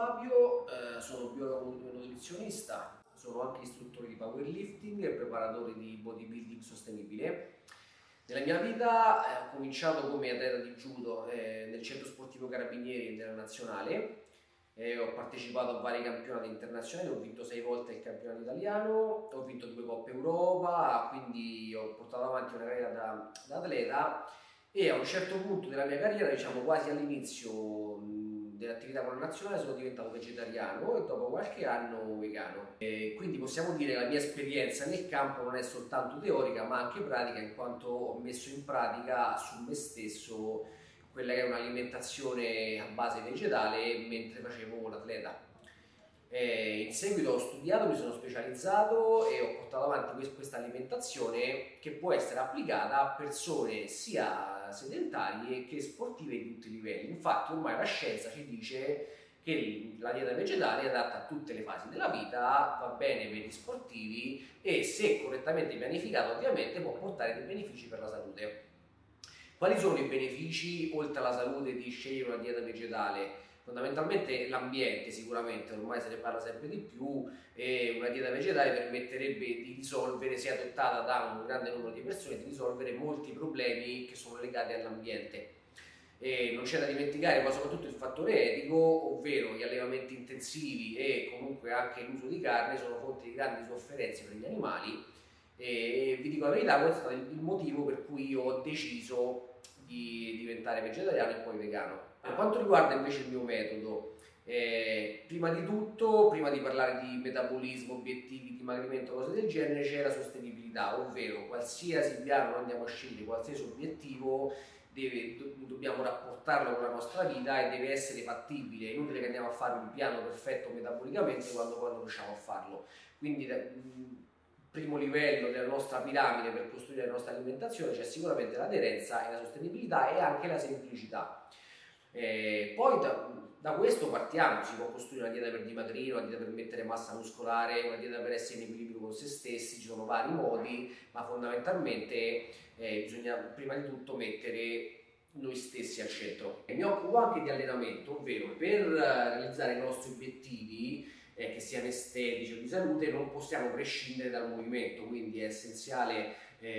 Fabio, sono biologo nutrizionista, sono anche istruttore di powerlifting e preparatore di bodybuilding sostenibile. Nella mia vita ho cominciato come atleta di judo nel centro sportivo Carabinieri e nella nazionale. Ho partecipato a vari campionati internazionali, ho vinto 6 volte il campionato italiano, ho vinto 2 Coppe Europa, quindi ho portato avanti una carriera da atleta e a un certo punto della mia carriera, diciamo quasi all'inizio dell'attività con la nazionale, sono diventato vegetariano e dopo qualche anno vegano. Quindi possiamo dire che la mia esperienza nel campo non è soltanto teorica ma anche pratica, in quanto ho messo in pratica su me stesso quella che è un'alimentazione a base vegetale mentre facevo l'atleta. In seguito ho studiato, mi sono specializzato e ho portato avanti questa alimentazione che può essere applicata a persone sia sedentarie che sportive di tutti i livelli. Infatti ormai la scienza ci dice che la dieta vegetale è adatta a tutte le fasi della vita, va bene per gli sportivi e se correttamente pianificata ovviamente può portare dei benefici per la salute. Quali sono i benefici oltre alla salute di scegliere una dieta vegetale? Fondamentalmente l'ambiente, sicuramente, ormai se ne parla sempre di più, e una dieta vegetale permetterebbe di risolvere, se adottata da un grande numero di persone, di risolvere molti problemi che sono legati all'ambiente. E non c'è da dimenticare poi soprattutto il fattore etico, ovvero gli allevamenti intensivi e comunque anche l'uso di carne sono fonte di grandi sofferenze per gli animali. E vi dico la verità, questo è il motivo per cui io ho deciso di diventare vegetariano e poi vegano. Per quanto riguarda invece il mio metodo, prima di tutto, prima di parlare di metabolismo, obiettivi, dimagrimento, cose del genere, c'è la sostenibilità, ovvero qualsiasi piano noi andiamo a scegliere, qualsiasi obiettivo, dobbiamo rapportarlo con la nostra vita e deve essere fattibile. È inutile che andiamo a fare un piano perfetto metabolicamente quando poi non riusciamo a farlo. Quindi primo livello della nostra piramide per costruire la nostra alimentazione c'è sicuramente l'aderenza e la sostenibilità e anche la semplicità. Poi da questo partiamo, si può costruire una dieta per dimagrire, una dieta per mettere massa muscolare, una dieta per essere in equilibrio con se stessi, ci sono vari modi, ma fondamentalmente bisogna prima di tutto mettere noi stessi al centro. Mi occupo anche di allenamento, ovvero per realizzare i nostri obiettivi che siano estetici o di salute non possiamo prescindere dal movimento, quindi è essenziale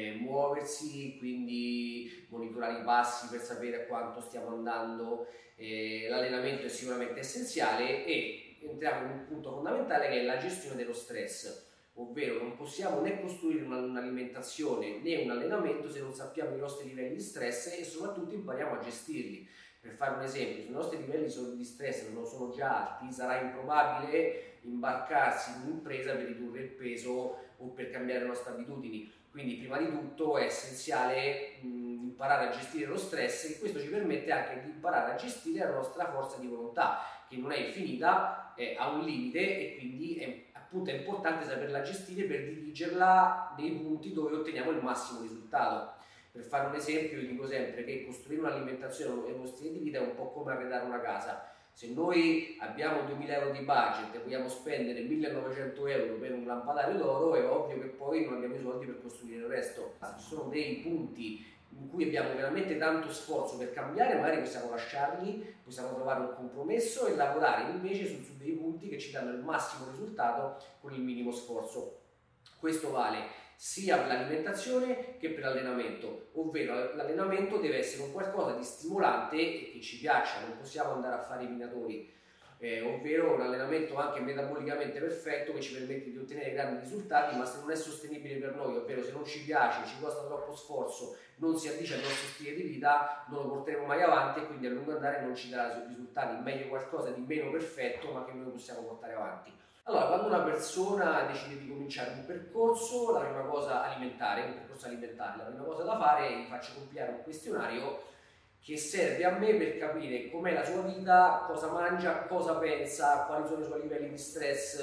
muoversi, quindi monitorare i passi per sapere a quanto stiamo andando. L'allenamento è sicuramente essenziale e entriamo in un punto fondamentale che è la gestione dello stress, ovvero non possiamo né costruire un'alimentazione né un allenamento se non sappiamo i nostri livelli di stress e soprattutto impariamo a gestirli. Per fare un esempio, se i nostri livelli di stress non sono già alti, sarà improbabile imbarcarsi in un'impresa per ridurre il peso o per cambiare le nostre abitudini. Quindi prima di tutto è essenziale imparare a gestire lo stress e questo ci permette anche di imparare a gestire la nostra forza di volontà, che non è infinita, ha un limite e quindi è importante saperla gestire per dirigerla nei punti dove otteniamo il massimo risultato. Per fare un esempio, io dico sempre che costruire un'alimentazione e uno stile di vita è un po' come arredare una casa. Se noi abbiamo 2000 euro di budget e vogliamo spendere 1900 euro per un lampadario d'oro, è ovvio che poi non abbiamo i soldi per costruire il resto. Se ci sono dei punti in cui abbiamo veramente tanto sforzo per cambiare, magari possiamo lasciarli, possiamo trovare un compromesso e lavorare invece su dei punti che ci danno il massimo risultato con il minimo sforzo. Questo vale sia per l'alimentazione che per l'allenamento, ovvero l'allenamento deve essere un qualcosa di stimolante e che ci piaccia, non possiamo andare a fare i minatori, ovvero un allenamento anche metabolicamente perfetto che ci permette di ottenere grandi risultati, ma se non è sostenibile per noi, ovvero se non ci piace, ci costa troppo sforzo, non si addice al nostro stile di vita, non lo porteremo mai avanti e quindi a lungo andare non ci darà risultati. Meglio qualcosa di meno perfetto ma che noi possiamo portare avanti. Allora, quando una persona decide di cominciare un percorso, la prima cosa un percorso alimentare, la prima cosa da fare è gli faccio compilare un questionario che serve a me per capire com'è la sua vita, cosa mangia, cosa pensa, quali sono i suoi livelli di stress,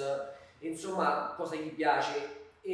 insomma cosa gli piace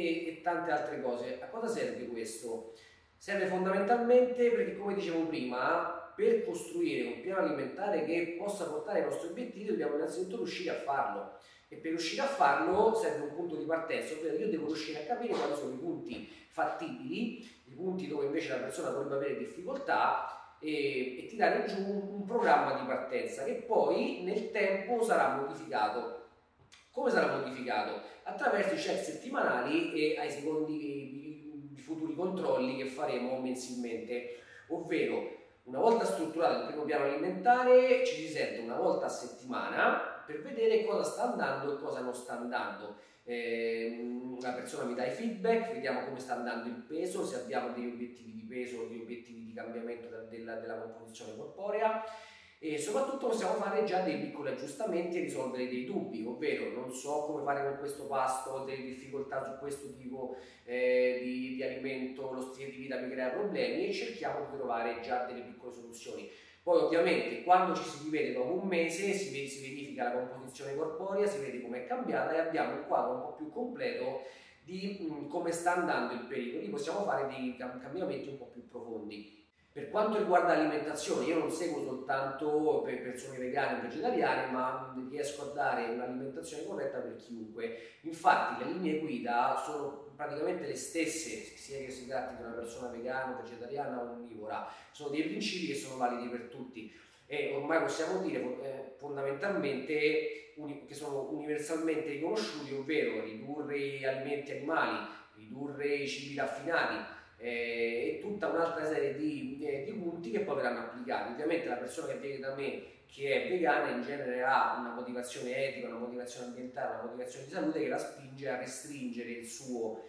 e tante altre cose. A cosa serve questo? Serve fondamentalmente perché, come dicevo prima, per costruire un piano alimentare che possa portare ai nostri obiettivi dobbiamo innanzitutto riuscire a farlo. E per riuscire a farlo serve un punto di partenza, ovvero io devo riuscire a capire quali sono i punti fattibili, i punti dove invece la persona dovrebbe avere difficoltà e tirare giù un programma di partenza che poi nel tempo sarà modificato. Come sarà modificato? Attraverso i check settimanali e ai secondi i futuri controlli che faremo mensilmente, ovvero una volta strutturato il primo piano alimentare ci si sente una volta a settimana per vedere cosa sta andando e cosa non sta andando. La persona mi dà i feedback, vediamo come sta andando il peso, se abbiamo degli obiettivi di peso o degli obiettivi di cambiamento della composizione corporea, e soprattutto possiamo fare già dei piccoli aggiustamenti e risolvere dei dubbi, ovvero non so come fare con questo pasto, ho delle difficoltà su questo tipo di alimento, lo stile di vita mi crea problemi, e cerchiamo di trovare già delle piccole soluzioni. Poi ovviamente quando ci si rivede dopo un mese si verifica la composizione corporea, si vede come è cambiata e abbiamo un quadro un po' più completo di come sta andando il periodo. Lì possiamo fare dei cambiamenti un po' più profondi. Per quanto riguarda l'alimentazione, io non seguo soltanto per persone vegane o vegetariane, ma riesco a dare un'alimentazione corretta per chiunque. Infatti le linee guida sono praticamente le stesse, sia che si tratti di una persona vegana, vegetariana o onnivora. Sono dei principi che sono validi per tutti e ormai possiamo dire fondamentalmente che sono universalmente riconosciuti, ovvero ridurre gli alimenti animali, ridurre i cibi raffinati, e tutta un'altra serie di punti che poi verranno applicati. Ovviamente la persona che viene da me che è vegana in genere ha una motivazione etica, una motivazione ambientale, una motivazione di salute che la spinge a restringere il suo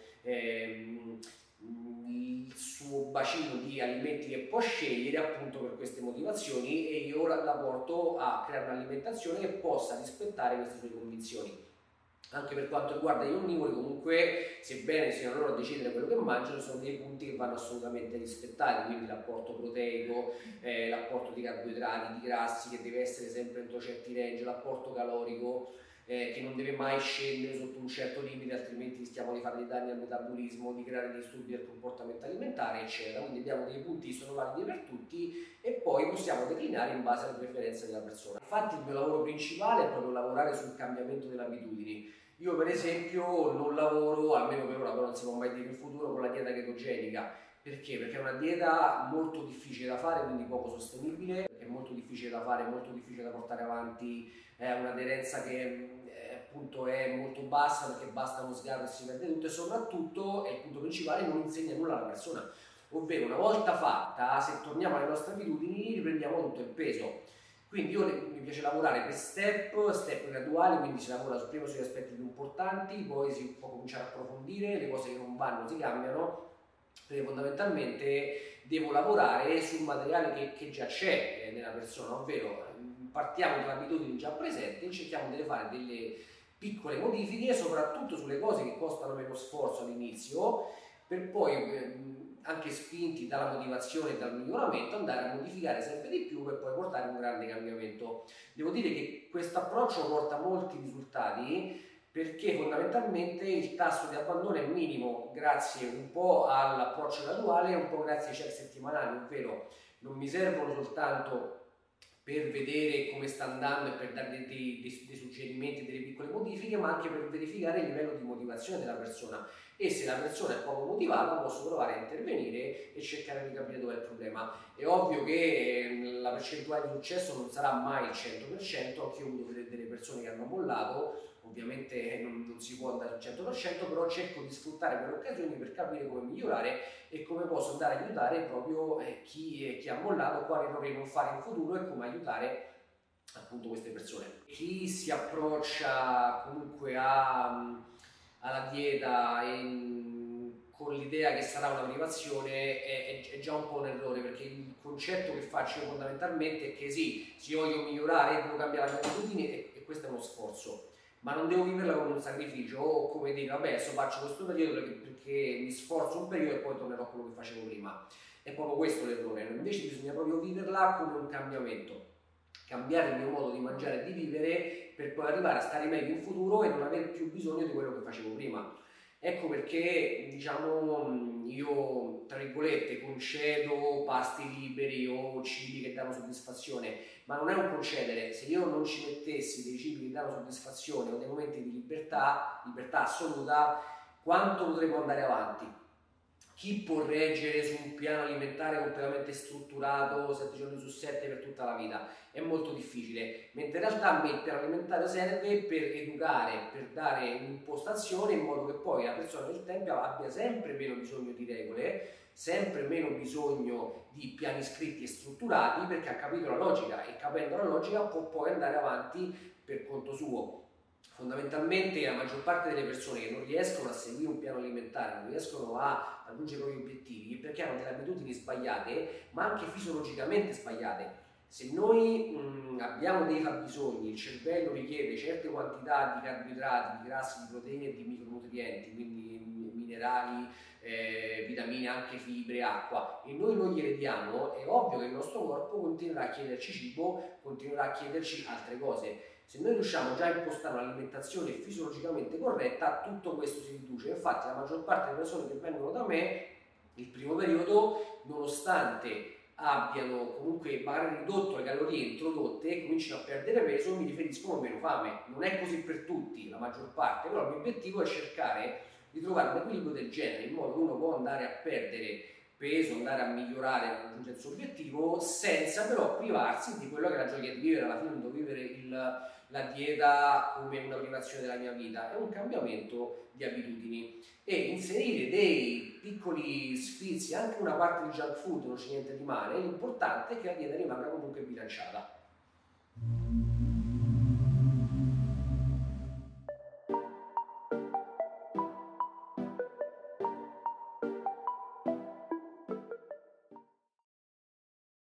bacino di alimenti che può scegliere appunto per queste motivazioni, e io la porto a creare un'alimentazione che possa rispettare queste sue convinzioni. Anche per quanto riguarda gli onnivori, comunque, sebbene siano loro a decidere quello che mangiano, sono dei punti che vanno assolutamente rispettati, quindi l'apporto proteico, l'apporto di carboidrati, di grassi che deve essere sempre entro certi range, l'apporto calorico che non deve mai scendere sotto un certo limite, altrimenti rischiamo di fare dei danni al metabolismo, di creare dei disturbi del comportamento alimentare, eccetera. Quindi abbiamo dei punti che sono validi per tutti e poi possiamo declinare in base alle preferenze della persona. Infatti il mio lavoro principale è proprio lavorare sul cambiamento delle abitudini. Io per esempio non lavoro, almeno per ora, però non si può mai dire in futuro, con la dieta chetogenica. Perché? Perché è una dieta molto difficile da fare, quindi poco sostenibile, è molto difficile da fare, molto difficile da portare avanti, è un'aderenza che appunto è molto bassa, perché basta uno sgarro e si perde tutto, e soprattutto, è il punto principale, non insegna nulla alla persona. Ovvero una volta fatta, se torniamo alle nostre abitudini, riprendiamo tutto il peso. Quindi mi piace lavorare per step graduali, quindi si lavora prima sugli aspetti più importanti, poi si può cominciare a approfondire, le cose che non vanno si cambiano, perché fondamentalmente devo lavorare sul materiale che già c'è nella persona, ovvero partiamo da abitudini già presenti e cerchiamo di fare delle piccole modifiche, soprattutto sulle cose che costano meno sforzo all'inizio, per poi anche spinti dalla motivazione e dal miglioramento, andare a modificare sempre di più per poi portare un grande cambiamento. Devo dire che questo approccio porta molti risultati, perché fondamentalmente il tasso di abbandono è minimo grazie un po' all'approccio graduale e un po' grazie ai check settimanali, ovvero non mi servono soltanto per vedere come sta andando e per dare dei suggerimenti, delle piccole modifiche, ma anche per verificare il livello di motivazione della persona, e se la persona è poco motivata posso provare a intervenire e cercare di capire dove è il problema. È ovvio che la percentuale di successo non sarà mai il 100%, anche io ho avuto delle persone che hanno mollato, ovviamente non si può andare al 100%, però cerco di sfruttare quelle occasioni per capire come migliorare e come posso andare a aiutare proprio chi ha mollato, quali errori non fare in futuro e come aiutare appunto queste persone. Chi si approccia comunque alla dieta con l'idea che sarà una privazione è già un po' un errore, perché il concetto che faccio fondamentalmente è che sì, se io voglio migliorare devo cambiare le abitudini e questo è uno sforzo, ma non devo viverla come un sacrificio o come dire vabbè adesso faccio questo periodo perché mi sforzo un periodo e poi tornerò a quello che facevo prima. È proprio questo l'errore, invece bisogna proprio viverla come un cambiamento, cambiare il mio modo di mangiare e di vivere per poi arrivare a stare meglio in futuro e non avere più bisogno di quello che facevo prima. Ecco perché, diciamo, io, tra virgolette, concedo pasti liberi o cibi che danno soddisfazione, ma non è un concedere. Se io non ci mettessi dei cibi che danno soddisfazione o dei momenti di libertà assoluta, quanto potremmo andare avanti? chi può reggere su un piano alimentare completamente strutturato 7 giorni su 7 per tutta la vita? È molto difficile, mentre in realtà il piano alimentare serve per educare, per dare un'impostazione in modo che poi la persona nel tempo abbia sempre meno bisogno di regole, sempre meno bisogno di piani scritti e strutturati, perché ha capito la logica e capendo la logica può poi andare avanti per conto suo. Fondamentalmente la maggior parte delle persone che non riescono a seguire un piano alimentare, non riescono a raggiungere i propri obiettivi perché hanno delle abitudini sbagliate, ma anche fisiologicamente sbagliate. Se noi abbiamo dei fabbisogni, il cervello richiede certe quantità di carboidrati, di grassi, di proteine e di micronutrienti, quindi minerali, vitamine, anche fibre, acqua, e noi non gliele diamo, è ovvio che il nostro corpo continuerà a chiederci cibo, continuerà a chiederci altre cose. Se noi riusciamo già a impostare un'alimentazione fisiologicamente corretta, tutto questo si riduce. Infatti la maggior parte delle persone che vengono da me, il primo periodo, nonostante abbiano comunque magari ridotto le calorie introdotte e cominciano a perdere peso, mi riferiscono meno fame. Non è così per tutti, la maggior parte, però il mio obiettivo è cercare di trovare un equilibrio del genere, in modo che uno può andare a perdere peso, andare a migliorare, a raggiungere il suo obiettivo, senza però privarsi di quello che è la gioia di vivere. Alla fine non devo vivere la dieta come una privazione della mia vita, è un cambiamento di abitudini, e inserire dei piccoli sfizi, anche una parte di junk food, non c'è niente di male, l'importante è che la dieta rimanga comunque bilanciata.